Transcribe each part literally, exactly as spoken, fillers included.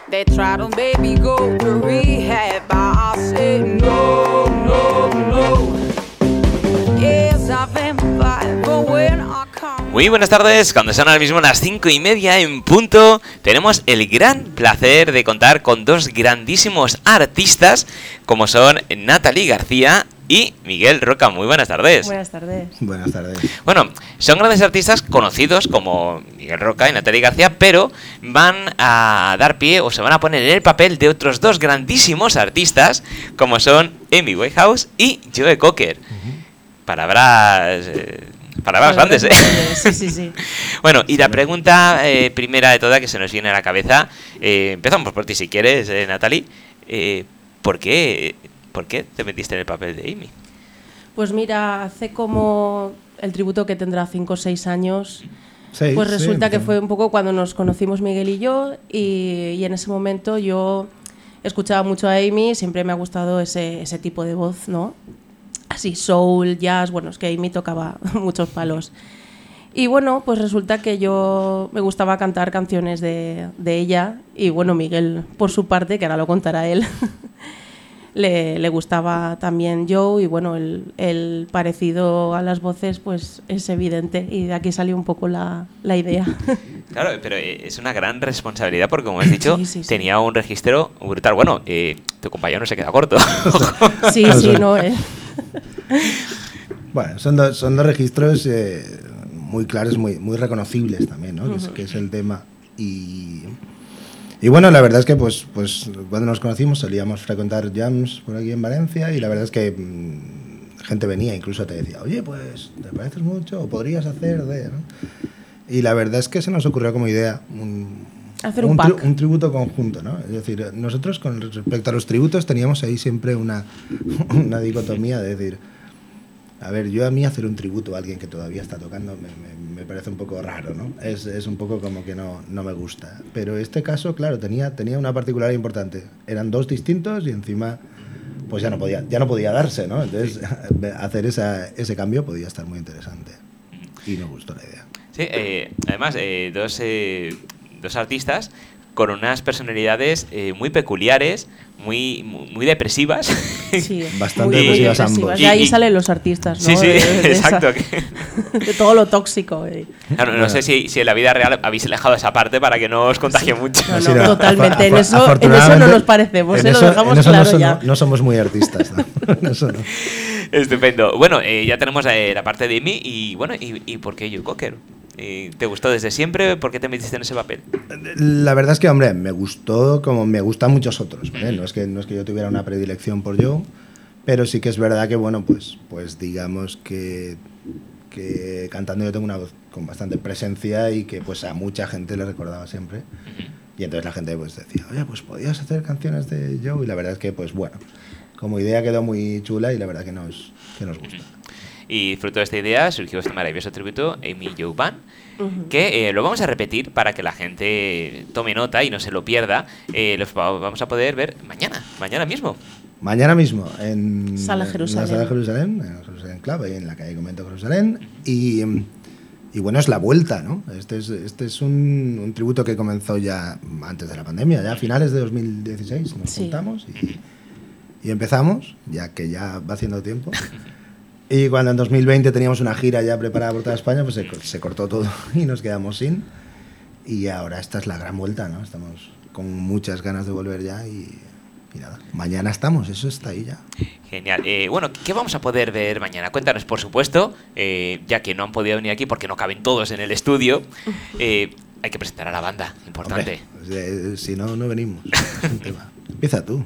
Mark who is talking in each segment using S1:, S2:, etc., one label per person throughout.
S1: They tried to baby go to rehab, but I said no, no, no. Yes, I've been fighting, but when I come.
S2: Muy buenas tardes, cuando son ahora mismo las cinco y media en punto, tenemos el gran placer de contar con dos grandísimos artistas como son Natalie García y Miguel Roca. Muy buenas tardes.
S3: Buenas tardes.
S4: Buenas tardes.
S2: Bueno, son grandes artistas conocidos como Miguel Roca y Natalie García, pero van a dar pie o se van a poner en el papel de otros dos grandísimos artistas como son Amy Winehouse y Joe Cocker. Uh-huh. Palabras... Eh, Palabras grandes, ¿eh?
S3: Sí, sí, sí.
S2: Bueno, y la pregunta eh, primera de toda que se nos viene a la cabeza, eh, empezamos por ti si quieres, eh, Natalie. Eh, ¿por qué, ¿Por qué te metiste en el papel de Amy?
S3: Pues mira, hace como el tributo que tendrá cinco o seis años,
S4: Seis,
S3: pues resulta
S4: sí,
S3: que
S4: sí.
S3: fue un poco cuando nos conocimos Miguel y yo, y, y en ese momento yo escuchaba mucho a Amy, siempre me ha gustado ese, ese tipo de voz, ¿no? Así, soul, jazz, bueno, es que Amy tocaba muchos palos. Y bueno, pues resulta que yo me gustaba cantar canciones de, de ella, y bueno, Miguel, por su parte, que ahora lo contará él, le, le gustaba también Joe, y bueno, el, el parecido a las voces pues es evidente, y de aquí salió un poco la, la idea.
S2: Claro, pero es una gran responsabilidad porque, como has dicho,
S3: sí, sí, sí.
S2: tenía un registro brutal. Bueno, eh, tu compañero no se queda corto.
S3: Sí, sí, no, eh.
S4: Bueno, son, do, son dos registros eh, muy claros, muy, muy reconocibles también, ¿no? Uh-huh. que, es, que es el tema. Y, y bueno, la verdad es que pues, pues cuando nos conocimos solíamos frecuentar jams por aquí en Valencia, y la verdad es que mmm, gente venía, incluso te decía, oye, pues te pareces mucho, o podrías hacer de... ¿no? Y la verdad es que se nos ocurrió como idea un,
S3: hacer un,
S4: un,
S3: pack.
S4: tri, un tributo conjunto, ¿no? Es decir, nosotros con respecto a los tributos teníamos ahí siempre una, una dicotomía de decir, a ver, yo a mí hacer un tributo a alguien que todavía está tocando me, me, me parece un poco raro, ¿no? Es, es un poco como que no, no me gusta. Pero este caso, claro, tenía, tenía una particularidad importante. Eran dos distintos y encima pues ya no podía, ya no podía darse, ¿no? Entonces hacer esa, ese cambio podía estar muy interesante. Y nos gustó la idea.
S2: Sí, eh, además, eh, dos, eh, dos artistas con unas personalidades eh, muy peculiares, muy, muy, muy depresivas.
S3: Sí,
S4: bastante
S3: muy,
S4: depresivas
S3: muy
S4: ambos.
S3: Y ahí salen los artistas, ¿no?
S2: Sí, sí,
S3: de, de
S2: exacto.
S3: Esa, de todo lo tóxico. Eh.
S2: Claro, no sé si, si en la vida real habéis dejado esa parte para que no os contagie
S3: sí.
S2: mucho.
S3: No, no,
S4: sí, no,
S3: totalmente. En eso, en
S4: afortunadamente,
S3: eso no nos parecemos,
S4: en
S3: ¿eh?
S4: eso,
S3: Lo dejamos
S4: en eso
S3: claro
S4: no, son,
S3: ya.
S4: No, no somos muy artistas, ¿no? Eso no.
S2: Estupendo. Bueno, eh, ya tenemos eh, la parte de Amy y bueno, ¿y, y por qué Joe Cocker? ¿Te gustó desde siempre? ¿Por qué te metiste en ese papel?
S4: La verdad es que, hombre, me gustó como me gustan muchos otros, ¿vale? No es que, no es que yo tuviera una predilección por Joe, pero sí que es verdad que, bueno, pues, pues digamos que, que cantando yo tengo una voz con bastante presencia y que pues a mucha gente le recordaba siempre. Y entonces la gente pues decía, oye, pues podías hacer canciones de Joe, y la verdad es que, pues bueno, como idea quedó muy chula y la verdad que nos, que nos gusta.
S2: Y fruto de esta idea surgió este maravilloso tributo Amy Joe Band,
S3: Uh-huh.
S2: que eh, lo vamos a repetir para que la gente tome nota y no se lo pierda. Eh, los vamos a poder ver mañana, mañana mismo.
S4: Mañana mismo en
S3: Sala Jerusalén.
S4: En la Sala Jerusalén, en el Jerusalén Club, ahí en la calle Convento Jerusalén. Y, y bueno, es la vuelta, ¿no? Este es, este es un, un tributo que comenzó ya antes de la pandemia, ya a finales de dos mil dieciséis nos
S3: sí.
S4: juntamos y, y empezamos, ya que ya va haciendo tiempo. Y cuando en dos mil veinte teníamos una gira ya preparada por toda España, pues se, se cortó todo y nos quedamos sin. Y ahora esta es la gran vuelta, ¿no? Estamos con muchas ganas de volver ya y, y nada. Mañana estamos, eso está ahí ya.
S2: Genial. Eh, bueno, ¿qué vamos a poder ver mañana? Cuéntanos, por supuesto, eh, ya que no han podido venir aquí porque no caben todos en el estudio. Eh, hay que presentar a la banda, importante.
S4: Hombre, pues, eh, si no, no venimos. Es un tema. Empieza tú.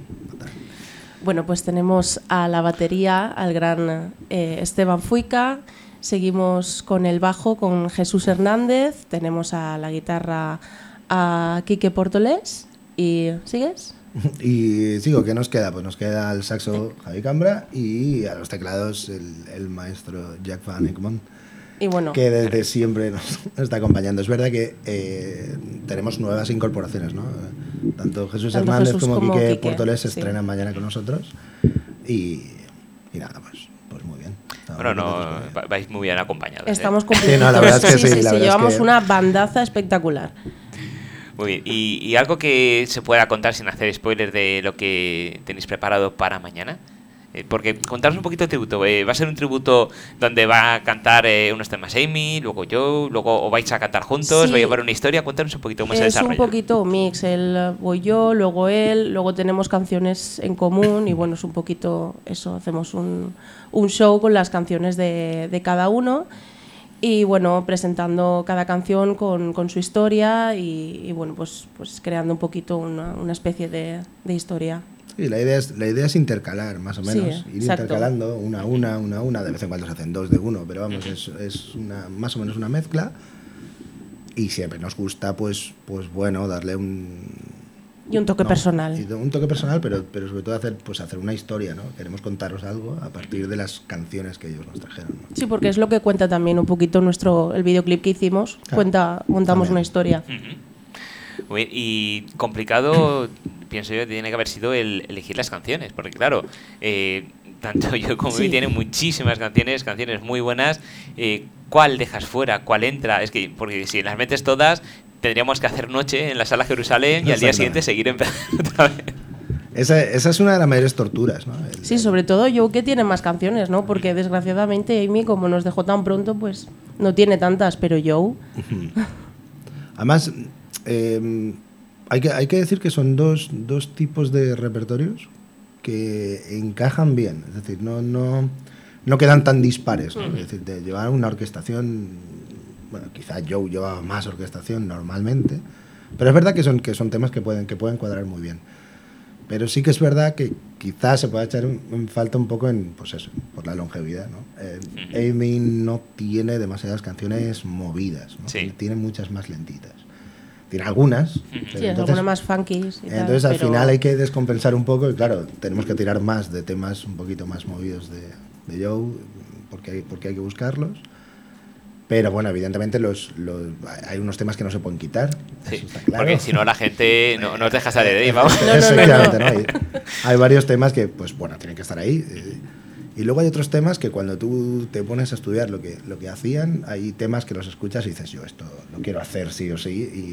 S3: Bueno, pues tenemos a la batería al gran eh, Esteban Fuica, seguimos con el bajo con Jesús Hernández, tenemos a la guitarra a Quique Portolés y ¿sigues?
S4: Y sigo, ¿qué nos queda? Pues nos queda el saxo Javi Cambra y a los teclados el, el maestro Jack Van Egmond.
S3: Y bueno,
S4: que desde siempre nos está acompañando. Es verdad que eh, tenemos nuevas incorporaciones, ¿no? Tanto Jesús
S3: Tanto
S4: Hernández
S3: Jesús
S4: como,
S3: como
S4: Quique
S3: Quique,
S4: Portolés se
S3: sí.
S4: estrenan mañana con nosotros y, y nada, pues, pues muy bien.
S2: Bueno, no, vais muy bien acompañados.
S3: Estamos
S2: ¿eh?
S3: completitos.
S4: Sí, no, la verdad es que sí,
S3: sí, sí,
S4: la
S3: sí,
S4: verdad
S3: llevamos
S4: es que...
S3: una bandaza espectacular.
S2: Muy bien. ¿Y, y algo que se pueda contar sin hacer spoilers de lo que tenéis preparado para mañana? Eh, porque contaros un poquito el tributo. Eh, ¿Va a ser un tributo donde va a cantar eh, unos temas Amy, luego yo, luego o vais a cantar juntos,
S3: Sí.
S2: va a llevar una historia? Cuéntanos un poquito cómo se
S3: Es
S2: desarrolla.
S3: un poquito mix, el voy yo, luego él, luego tenemos canciones en común y bueno, es un poquito eso, hacemos un, un show con las canciones de, de cada uno y bueno, presentando cada canción con, con su historia y, y bueno, pues, pues creando un poquito una, una especie de, de historia.
S4: Sí, la idea es, la idea es intercalar, más o
S3: Sí,
S4: menos, ir
S3: exacto.
S4: intercalando una a una, una a una, de vez en cuando se hacen dos de uno, pero vamos, es, es una, más o menos una mezcla y siempre nos gusta, pues, pues bueno, darle un...
S3: Y un toque
S4: no,
S3: personal.
S4: y un toque personal, pero, pero sobre todo hacer, pues hacer una historia, ¿no? Queremos contaros algo a partir de las canciones que ellos nos trajeron, ¿no?
S3: Sí, porque es lo que cuenta también un poquito nuestro el videoclip que hicimos,
S4: Claro.
S3: cuenta contamos
S4: También.
S3: una historia.
S2: Ujú. Muy bien. Y complicado, pienso yo, tiene que haber sido el elegir las canciones, porque claro, eh, tanto yo como
S3: Sí.
S2: él tienen muchísimas canciones, canciones muy buenas. Eh, ¿Cuál dejas fuera? ¿Cuál entra? Es que, porque si las metes todas, tendríamos que hacer noche en la sala Jerusalén y al día
S4: Exactamente.
S2: siguiente seguir empezando otra vez.
S4: Esa, esa es una de las mayores torturas, ¿no? El-
S3: Sí, sobre todo Joe, que tiene más canciones, ¿no? Porque desgraciadamente Amy, como nos dejó tan pronto, pues no tiene tantas, pero Joe...
S4: Además, eh, hay, que, hay que decir que son dos, dos tipos de repertorios que encajan bien. Es decir, no, no, no quedan tan dispares, ¿no? Es decir, de llevar una orquestación... Bueno, quizá Joe llevaba más orquestación normalmente, pero es verdad que son, que son temas que pueden, que pueden cuadrar muy bien. Pero sí que es verdad que quizás se pueda echar en falta un poco en, pues eso, por la longevidad, ¿no? Eh, Amy no tiene demasiadas canciones movidas, ¿no?
S2: Sí.
S4: Tiene, tiene muchas más lentitas. Tiene algunas. pero
S3: Sí, es
S4: entonces,
S3: alguna más funky. y tal,
S4: entonces al
S3: pero-
S4: final hay que descompensar un poco y claro, tenemos que tirar más de temas un poquito más movidos de, de Joe, porque hay, porque hay que buscarlos. Pero bueno, evidentemente los, los, hay unos temas que no se pueden quitar.
S2: Sí,
S4: eso está claro.
S2: porque si no la gente no, no os deja salir de ahí, vamos.
S3: No, no, no,
S4: Efectivamente,
S3: no.
S4: ¿no? Hay, hay varios temas que, pues bueno, tienen que estar ahí. eh, Y luego hay otros temas que cuando tú te pones a estudiar lo que, lo que hacían, hay temas que los escuchas y dices, yo esto lo quiero hacer sí o sí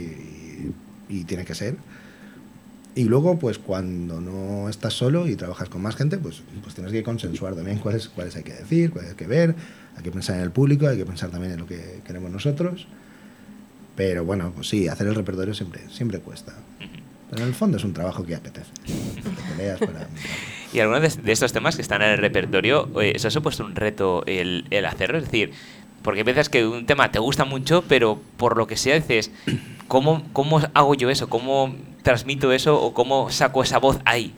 S4: y, y, y tiene que ser. Y luego, pues cuando no estás solo y trabajas con más gente, pues, pues tienes que consensuar también cuáles, cuáles hay que decir, cuáles hay que ver, hay que pensar en el público, hay que pensar también en lo que queremos nosotros. Pero bueno, pues sí, hacer el repertorio siempre, siempre cuesta. Pero en el fondo es un trabajo que apetece. Te peleas para...
S2: Y algunos de, de estos temas que están en el repertorio, eh, ¿eso ha supuesto un reto el, el hacerlo? Es decir, porque piensas que un tema te gusta mucho, pero por lo que sea dices, ¿cómo, cómo hago yo eso? ¿Cómo transmito eso? ¿O cómo saco esa voz ahí?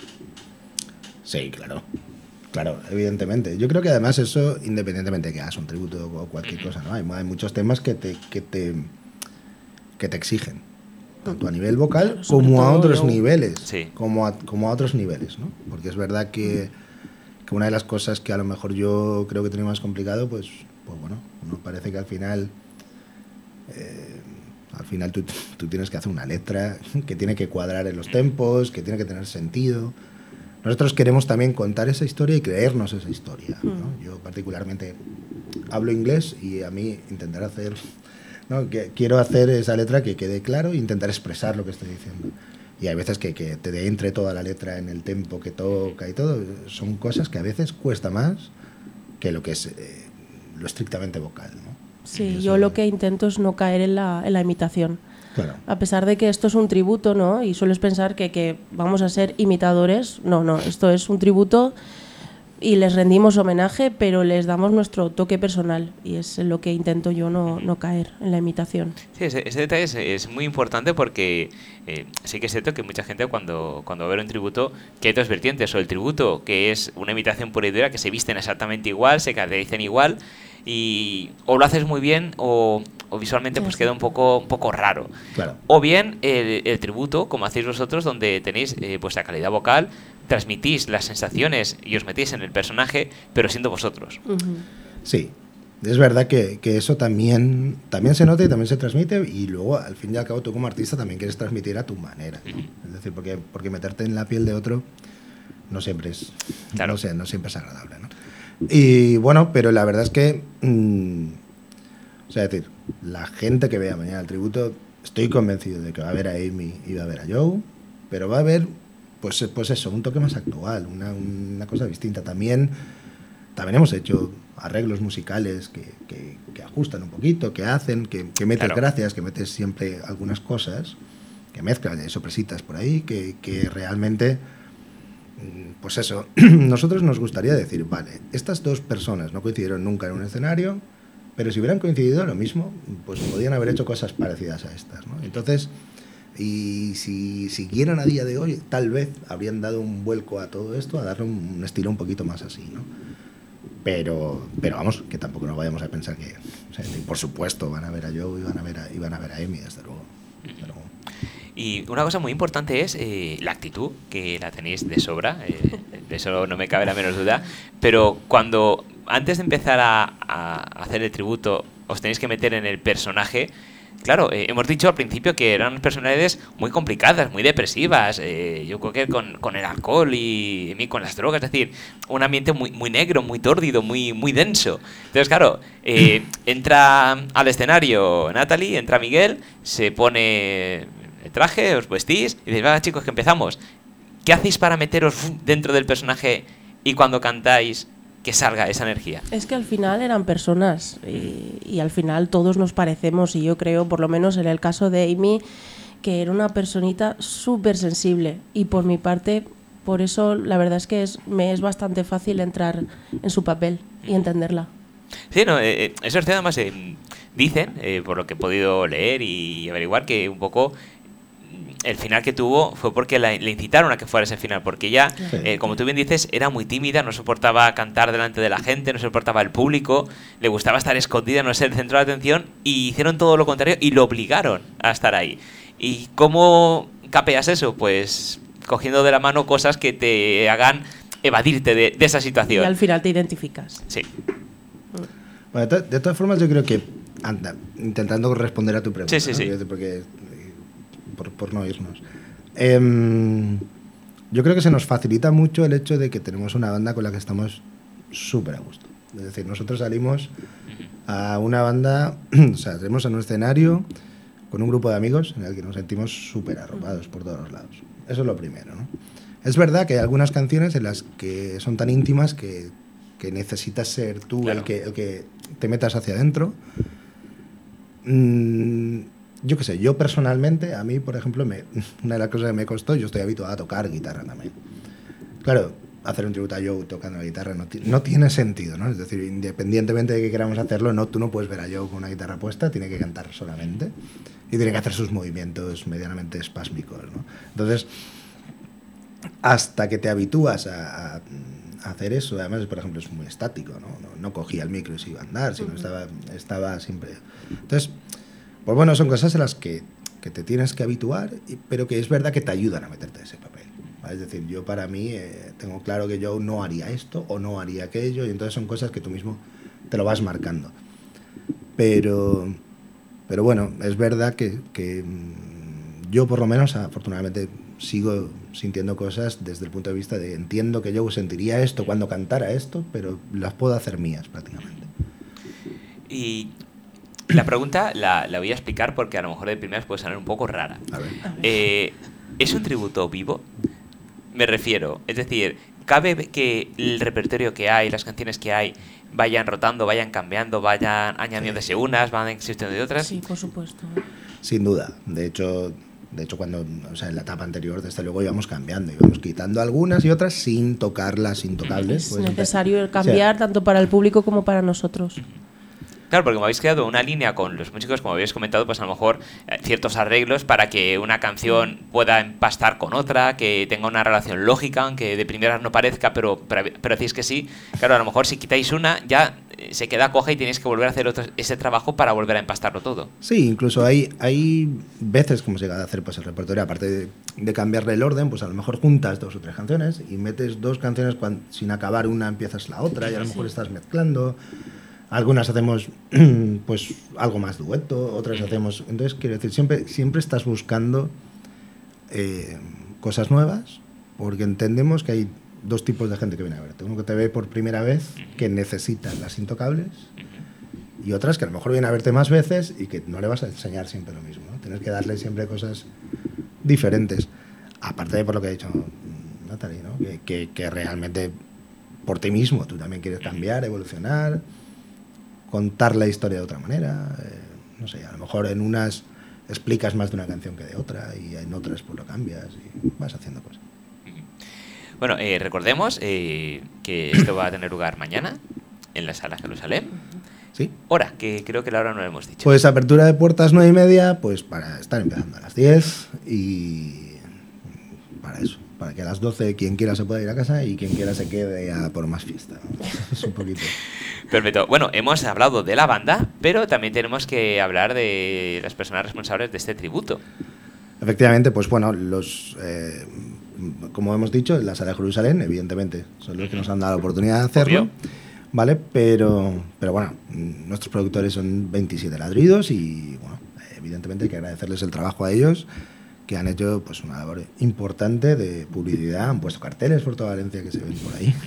S4: Sí, claro. Claro, evidentemente. Yo creo que además eso, independientemente de que hagas un tributo o cualquier cosa, ¿no? Hay, hay muchos temas que te, que te, que te exigen, tanto a nivel vocal
S3: Claro, sobre
S4: como a
S3: todo
S4: otros
S3: yo.
S4: niveles.
S2: Sí.
S4: Como a, como a otros niveles, ¿no? Porque es verdad que, que una de las cosas que a lo mejor yo creo que tenía más complicado, pues, pues bueno, nos parece que al final... eh, al final tú, tú tienes que hacer una letra que tiene que cuadrar en los tempos, que tiene que tener sentido. Nosotros queremos también contar esa historia y creernos esa historia, ¿no? Yo particularmente hablo inglés y a mí intentar hacer, ¿no? que quiero hacer esa letra que quede claro e intentar expresar lo que estoy diciendo. Y hay veces que, que te entre toda la letra en el tempo que toca y todo. Son cosas que a veces cuesta más que lo que es eh, lo estrictamente vocal, ¿no?
S3: Sí,
S4: Y eso-
S3: yo lo que intento es no caer en la, en la imitación.
S4: Claro.
S3: A pesar de que esto es un tributo, ¿no? Y sueles pensar que, que vamos a ser imitadores. No, no, esto es un tributo y les rendimos homenaje, pero les damos nuestro toque personal. Y es en lo que intento yo no, no caer en la imitación.
S2: Sí, ese, ese detalle es, es muy importante porque eh, sí que es cierto que mucha gente cuando, cuando va a ver un tributo, que hay dos vertientes, o el tributo, que es una imitación pura y dura, que se visten exactamente igual, se caracterizan igual, y o lo haces muy bien o, o visualmente pues
S3: Sí.
S2: queda un poco, un poco raro.
S4: Claro.
S2: O bien el, el tributo, como hacéis vosotros, donde tenéis eh, vuestra calidad vocal, transmitís las sensaciones y os metís en el personaje, pero siendo vosotros.
S3: Ujú.
S4: Sí, es verdad que, que eso también, también se nota y también se transmite y luego al fin y al cabo tú como artista también quieres transmitir a tu manera, ¿no? Es decir, porque, porque meterte en la piel de otro no siempre es,
S2: Claro.
S4: no sé, no siempre es agradable, ¿no? Y bueno, pero la verdad es que, mm, o sea, es decir, la gente que vea mañana el tributo estoy convencido de que va a haber a Amy y va a haber a Joe, pero va a haber, pues, pues eso, un toque más actual, una, una cosa distinta. También, también hemos hecho arreglos musicales que, que, que ajustan un poquito, que hacen, que, que metes
S2: Claro.
S4: gracias, que metes siempre algunas cosas, que mezclan, hay sorpresitas por ahí, que, que realmente, pues eso, nosotros nos gustaría decir, vale, estas dos personas no coincidieron nunca en un escenario, pero si hubieran coincidido lo mismo, pues podían haber hecho cosas parecidas a estas, ¿no? Entonces, y si siguieran a día de hoy, tal vez habrían dado un vuelco a todo esto, a darle un, un estilo un poquito más así, ¿no? Pero, pero vamos, que tampoco nos vayamos a pensar que, o sea, por supuesto, van a ver a Joe y van a ver a, y van a, ver a Amy, desde luego. Desde luego.
S2: Y una cosa muy importante es eh, la actitud, que la tenéis de sobra, eh, de eso no me cabe la menor duda, pero cuando antes de empezar a, a hacer el tributo os tenéis que meter en el personaje, claro, eh, hemos dicho al principio que eran personalidades muy complicadas, muy depresivas, eh, yo creo que con, con el alcohol y, y con las drogas, es decir, un ambiente muy, muy negro, muy tórdido, muy, muy denso. Entonces, claro, eh, entra al escenario Natalie, entra Miguel, se pone el traje, os vestís y dices, va chicos, que empezamos. ¿Qué hacéis para meteros dentro del personaje y cuando cantáis que salga esa energía?
S3: Es que al final eran personas y, y al final todos nos parecemos, y yo creo, por lo menos en el caso de Amy, que era una personita súper sensible, y por mi parte, por eso la verdad es que es, me es bastante fácil entrar en su papel y entenderla.
S2: Sí, no, eh, eso es cierto. Además, eh, dicen, eh, por lo que he podido leer y averiguar, que un poco el final que tuvo fue porque la, le incitaron a que fuera ese final, porque ella,
S4: Sí.
S2: eh, como tú bien dices, era muy tímida, no soportaba cantar delante de la gente, no soportaba el público, le gustaba estar escondida, no ser el centro de atención, y hicieron todo lo contrario y lo obligaron a estar ahí. ¿Y cómo capeas eso? Pues cogiendo de la mano cosas que te hagan evadirte de, de esa
S3: Y
S2: situación.
S3: al final te identificas.
S2: Sí.
S4: Bueno, de, to- de todas formas, yo creo que, anda, intentando responder a tu pregunta,
S2: Sí, sí,
S4: ¿no?
S2: sí.
S4: Quiero decir, porque, eh, por, por no irnos. Em, yo creo que se nos facilita mucho el hecho de que tenemos una banda con la que estamos súper a gusto. Es decir, nosotros salimos a una banda, o sea, salimos a un escenario con un grupo de amigos en el que nos sentimos súper arropados por todos los lados. Eso es lo primero, ¿no? Es verdad que hay algunas canciones en las que son tan íntimas que, que necesitas ser tú
S2: Claro.
S4: el, que, el que te metas hacia adentro. Mm, yo qué sé, yo personalmente, a mí, por ejemplo, me, una de las cosas que me costó, yo estoy habituado a tocar guitarra también. Claro, hacer un tributo a Joe tocando la guitarra no, ti- no tiene sentido, ¿no? Es decir, independientemente de que queramos hacerlo, no, tú no puedes ver a Joe con una guitarra puesta, tiene que cantar solamente y tiene que hacer sus movimientos medianamente espásmicos, ¿no? Entonces, hasta que te habitúas a, a- a hacer eso, además, por ejemplo, es muy estático, ¿no? No, no cogía el micro y se iba a andar, sino estaba, estaba siempre... Entonces, pues bueno, son cosas a las que, que te tienes que habituar, y- pero que es verdad que te ayudan a meterte en ese papel. ¿Vale? Es decir, yo para mí eh, tengo claro que yo no haría esto o no haría aquello, y entonces son cosas que tú mismo te lo vas marcando. Pero, pero bueno, es verdad que, que mm, yo por lo menos, afortunadamente, sigo sintiendo cosas desde el punto de vista de entiendo que yo sentiría esto cuando cantara esto, pero las puedo hacer mías prácticamente.
S2: Y la pregunta la, la voy a explicar porque a lo mejor de primeras puede sonar un poco rara.
S4: A ver.
S2: Eh, ¿Es un tributo vivo? Me refiero, es decir, ¿cabe que el repertorio que hay, las canciones que hay, vayan rotando, vayan cambiando, vayan añadiéndose unas, van existiendo de otras?
S3: Sí, por supuesto.
S4: Sin duda. De hecho, de hecho cuando, o sea, en la etapa anterior, desde luego íbamos cambiando, íbamos quitando algunas y otras sin tocar las intocables.
S3: Es
S4: Pues,
S3: necesario
S4: o sea,
S3: cambiar tanto para el público como para nosotros.
S2: Claro, porque me habéis creado una línea con los músicos, como habéis comentado, pues a lo mejor eh, ciertos arreglos para que una canción pueda empastar con otra, que tenga una relación lógica, aunque de primeras no parezca, pero, pero, pero decís que sí. Claro, a lo mejor si quitáis una, ya eh, se queda coja y tenéis que volver a hacer otro, ese trabajo para volver a empastarlo todo.
S4: Sí, incluso hay, hay veces como se llega a hacer pues, el repertorio, aparte de, de cambiarle el orden, pues a lo mejor juntas dos o tres canciones y metes dos canciones cuando, sin acabar una empiezas la otra y a lo mejor estás mezclando. Algunas hacemos pues algo más dueto, otras hacemos... Entonces, quiero decir, siempre, siempre estás buscando eh, cosas nuevas porque entendemos que hay dos tipos de gente que viene a verte. Uno que te ve por primera vez, que necesita las intocables, y otras que a lo mejor vienen a verte más veces y que no le vas a enseñar siempre lo mismo, ¿no? Tienes que darle siempre cosas diferentes. Aparte de por lo que ha dicho Natalie, ¿no? Que, que, que realmente por ti mismo tú también quieres cambiar, evolucionar, contar la historia de otra manera. Eh, no sé, a lo mejor en unas explicas más de una canción que de otra y en otras pues lo cambias y vas haciendo cosas.
S2: Bueno, eh, recordemos eh, que esto va a tener lugar mañana en la Sala Jerusalén.
S4: Sí.
S2: Hora, que creo que la hora no la hemos dicho.
S4: Pues apertura de puertas nueve y media, pues para estar empezando a las diez y para eso, para que a las doce quien quiera se pueda ir a casa y quien quiera se quede a por más fiesta, ¿no? Es un poquito.
S2: Perfecto. Bueno, hemos hablado de la banda, pero también tenemos que hablar de las personas responsables de este tributo.
S4: Efectivamente, pues bueno, los eh, como hemos dicho, la Sala de Jerusalén, evidentemente, son los que nos han dado la oportunidad de hacerlo. Obvio. Vale, pero, pero bueno, nuestros productores son veintisiete ladridos y bueno, evidentemente hay que agradecerles el trabajo a ellos, que han hecho pues una labor importante de publicidad, han puesto carteles por toda Valencia que se ven por ahí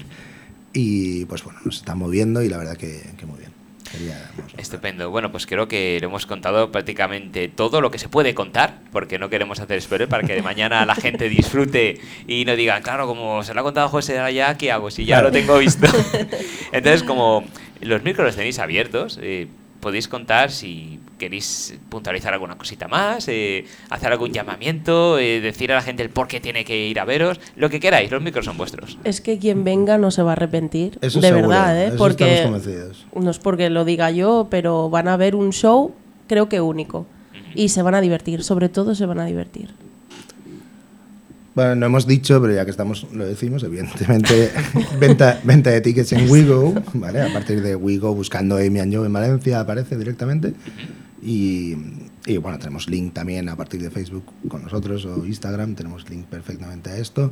S4: y pues bueno, nos están moviendo y la verdad que, que muy bien. Quería,
S2: Estupendo. Bueno, pues creo que lo hemos contado prácticamente todo lo que se puede contar, porque no queremos hacer spoiler para que de mañana la gente disfrute y no digan, claro, como se lo ha contado José allá, ¿qué hago? Si ya claro. lo tengo visto. Entonces, como los micros los tenéis abiertos, eh, podéis contar si queréis puntualizar alguna cosita más, eh, hacer algún llamamiento, eh, decir a la gente el por qué tiene que ir a veros, lo que queráis, los micros son vuestros.
S3: Es que quien venga no se va a arrepentir,
S4: eso
S3: de
S4: seguro,
S3: verdad, ¿eh?
S4: Eso
S3: porque
S4: estamos convencidos.
S3: No es porque lo diga yo, pero van a ver un show, creo que único, uh-huh. y se van a divertir, sobre todo se van a divertir.
S4: Bueno, no hemos dicho, pero ya que estamos, lo decimos, evidentemente, venta, venta de tickets en WeGo, ¿vale? A partir de WeGo, buscando Amy and Joe en Valencia, aparece directamente. Y, y bueno, tenemos link también a partir de Facebook con nosotros o Instagram, tenemos link perfectamente a esto.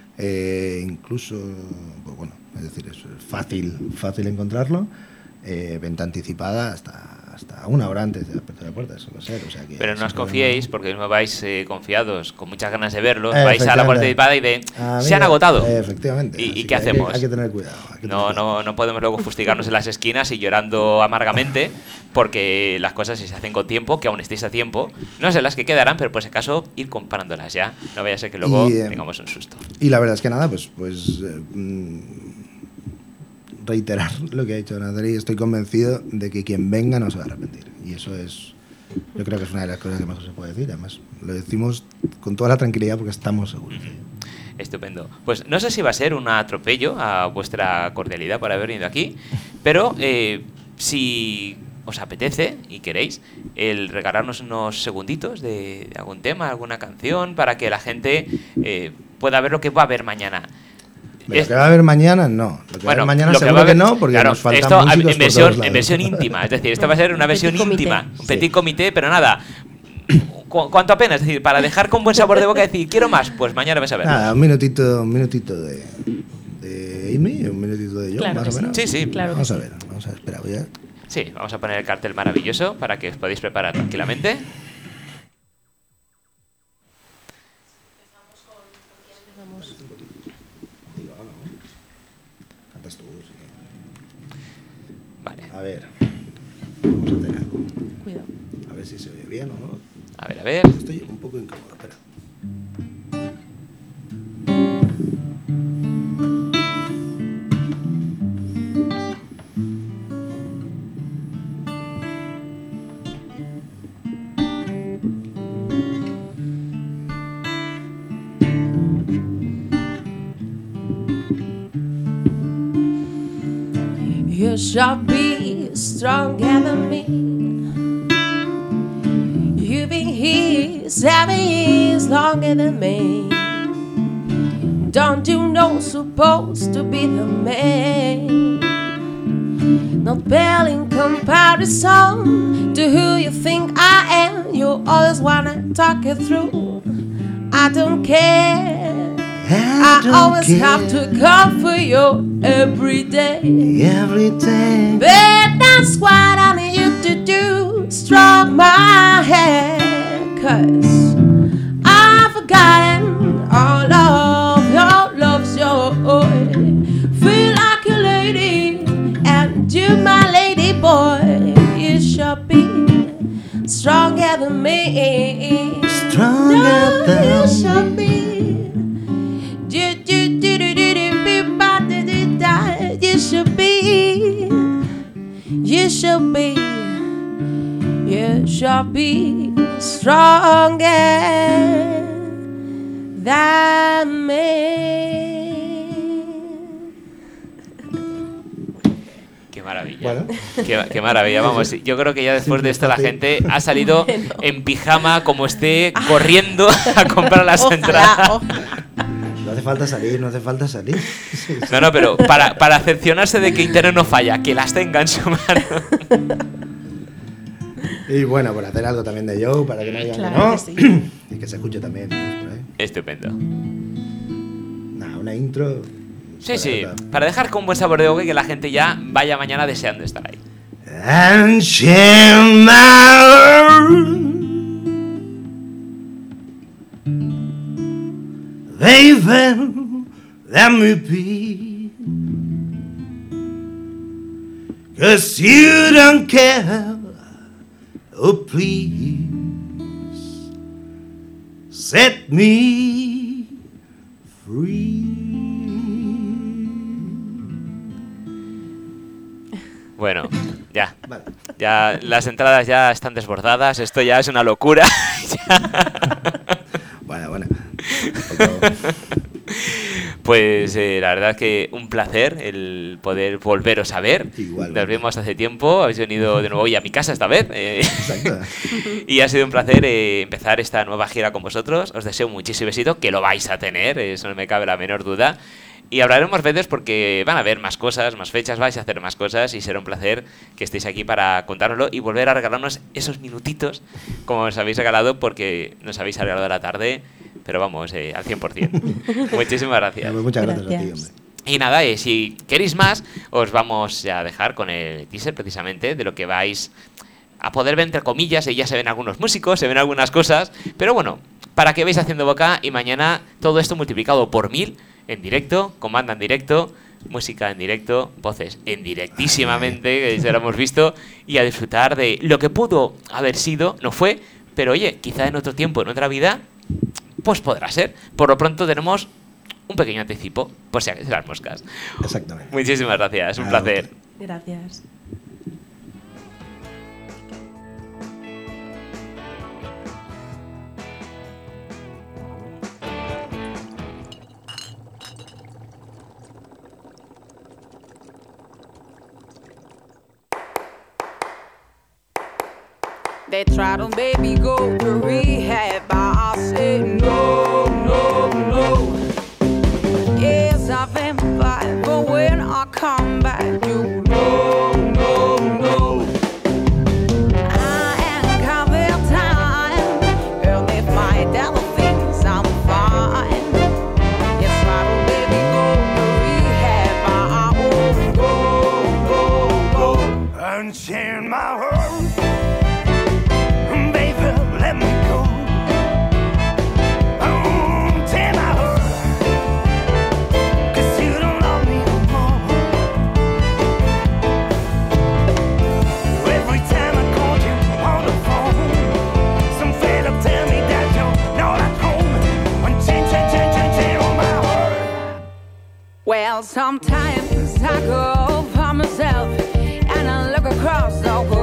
S4: Eh, incluso, pues bueno, es decir, es fácil, fácil encontrarlo. Eh, venta anticipada hasta... hasta una hora antes de la apertura de puertas, suele ser, o sea que
S2: pero no os confiéis, porque no vais eh, confiados, con muchas ganas de verlos, eh, vais a la puerta anticipada y de ah, se han agotado.
S4: Eh, efectivamente.
S2: ¿Y, ¿y qué hacemos?
S4: Hay que, hay que tener cuidado. Hay que
S2: no,
S4: tener cuidado.
S2: no, no podemos luego fustigarnos en las esquinas y llorando amargamente, porque las cosas si se hacen con tiempo, que aún estéis a tiempo, no sé las que quedarán, pero por si acaso ir comparándolas ya, no vaya a ser que luego y, eh, tengamos un susto.
S4: Y la verdad es que nada, pues, pues eh, mm, reiterar lo que ha dicho Natalie, estoy convencido de que quien venga no se va a arrepentir. Y eso es, yo creo que es una de las cosas que mejor se puede decir. Además, lo decimos con toda la tranquilidad porque estamos seguros.
S2: Estupendo. Pues no sé si va a ser un atropello a vuestra cordialidad por haber venido aquí, pero eh, si os apetece y queréis, el regalarnos unos segunditos de, de algún tema, alguna canción, para que la gente eh, pueda ver lo que va a haber mañana.
S4: Lo que va a haber mañana, no. Lo que
S2: bueno,
S4: va a haber mañana
S2: lo
S4: seguro
S2: que, va a
S4: que
S2: haber,
S4: no, porque
S2: claro,
S4: nos faltan
S2: esto
S4: músicos
S2: en versión,
S4: por todos lados.
S2: En versión íntima, es decir, esta va a ser una versión
S3: petit
S2: íntima,
S3: comité.
S2: un petit
S4: Sí.
S2: comité, pero nada, cu cuanto apenas, es decir, para dejar con buen sabor de boca y decir, quiero más, pues mañana vais a ver.
S4: Nada, un minutito, un minutito de, de Amy, un minutito de yo,
S3: Claro
S4: más o
S3: que
S4: menos.
S2: Sí, sí.
S3: Claro que
S4: Vamos
S3: sí.
S4: a ver, vamos a ver, espera, voy a...
S2: Sí, vamos a poner el cartel maravilloso para que os podáis preparar tranquilamente.
S4: Cantas tú, sí.
S2: Vale,
S4: A ver, vamos a hacer algo.
S3: Cuidado.
S4: A ver si se oye bien o no.
S2: a ver, a ver.
S4: Estoy un poco incómodo, espera.
S3: You shall be stronger than me. You've been here seven years longer than me. Don't you know supposed to be the man? Not pale in comparison to who you think I am. You always wanna talk it through. I don't care. I, I always care. Have to come for you every day.
S4: Every day.
S3: But that's what I need you to do. Stroke my head, cause I've forgotten all of your love's joy. Feel like a lady, and you my lady boy.
S4: them.
S3: You shall be. You, you, do, do, do, do, be, ba, do, do, da. You shall be. You shall be. You shall be stronger than me.
S2: Qué maravilla.
S4: Bueno.
S2: Qué, qué maravilla. Vamos, yo creo que ya después de esto la gente ha salido
S3: Bueno.
S2: en pijama como esté corriendo a comprar las
S3: Ojalá,
S2: entradas.
S3: ojalá.
S4: No hace falta salir, no hace falta salir. Sí, sí.
S2: No, no, pero para, para cerciorarse de que internet no falla, que las tenga en su mano.
S4: Y bueno, por hacer algo también de Joe, para que no digan
S3: Claro
S4: que no.
S3: que sí.
S4: Y que se escuche también, pues, por ahí.
S2: Estupendo.
S4: Nada, una intro.
S2: Sí,
S4: para
S2: sí,
S4: nota.
S2: para dejar con buen sabor de boca y que la gente ya vaya mañana deseando estar ahí.
S4: And share my world. Baby, let me be. 'Cause you don't care. Oh, please set me free.
S2: Bueno, ya.
S4: Vale.
S2: Ya las entradas ya están desbordadas, esto ya es una locura.
S4: Bueno, bueno. Tampoco-
S2: Pues eh, la verdad que un placer el poder volveros a ver.
S4: Igualmente.
S2: Nos vimos hace tiempo, habéis venido de nuevo hoy a mi casa esta vez. eh,
S4: Exacto.
S2: y ha sido un placer eh, empezar esta nueva gira con vosotros. Os deseo muchísimo éxito, que lo vais a tener, eso no me cabe la menor duda. Y hablaremos veces porque van a haber más cosas, más fechas, vais a hacer más cosas y será un placer que estéis aquí para contárnoslo y volver a regalarnos esos minutitos como os habéis regalado porque nos habéis regalado la tarde, pero vamos, eh, al cien por ciento. Muchísimas gracias.
S4: Pues muchas gracias,
S3: Gracias.
S4: a ti, hombre.
S2: Y nada, eh, si queréis más, os vamos a dejar con el teaser precisamente de lo que vais a poder ver entre comillas. Y ya se ven algunos músicos, se ven algunas cosas, pero bueno, para que vais haciendo boca y mañana todo esto multiplicado por mil en directo, con banda en directo, música en directo, voces en directísimamente, que ya lo hemos visto, y a disfrutar de lo que pudo haber sido, no fue, pero oye, quizá en otro tiempo, en otra vida, pues podrá ser. Por lo pronto tenemos un pequeño anticipo, por si acaso las moscas.
S4: Exactamente.
S2: Muchísimas gracias, un
S4: Ah,
S2: placer.
S3: Gracias.
S1: They try to make me go to rehab, but I said no, no, no. Yes, I've been fine, but when I come back, you no, no, no. I ain't got the time, and if my devil thinks I'm fine, yes, try to make me go to rehab, but I won't go, go, go.
S5: Unchain my heart. Baby, let me go. Unchain my heart. 'Cause you don't love me no more. Every time I called you on the phone, some fella tell me that you're not at home. Unchain, chain, chain, chain, chain on my heart.
S1: Well, sometimes I go by myself and I look across the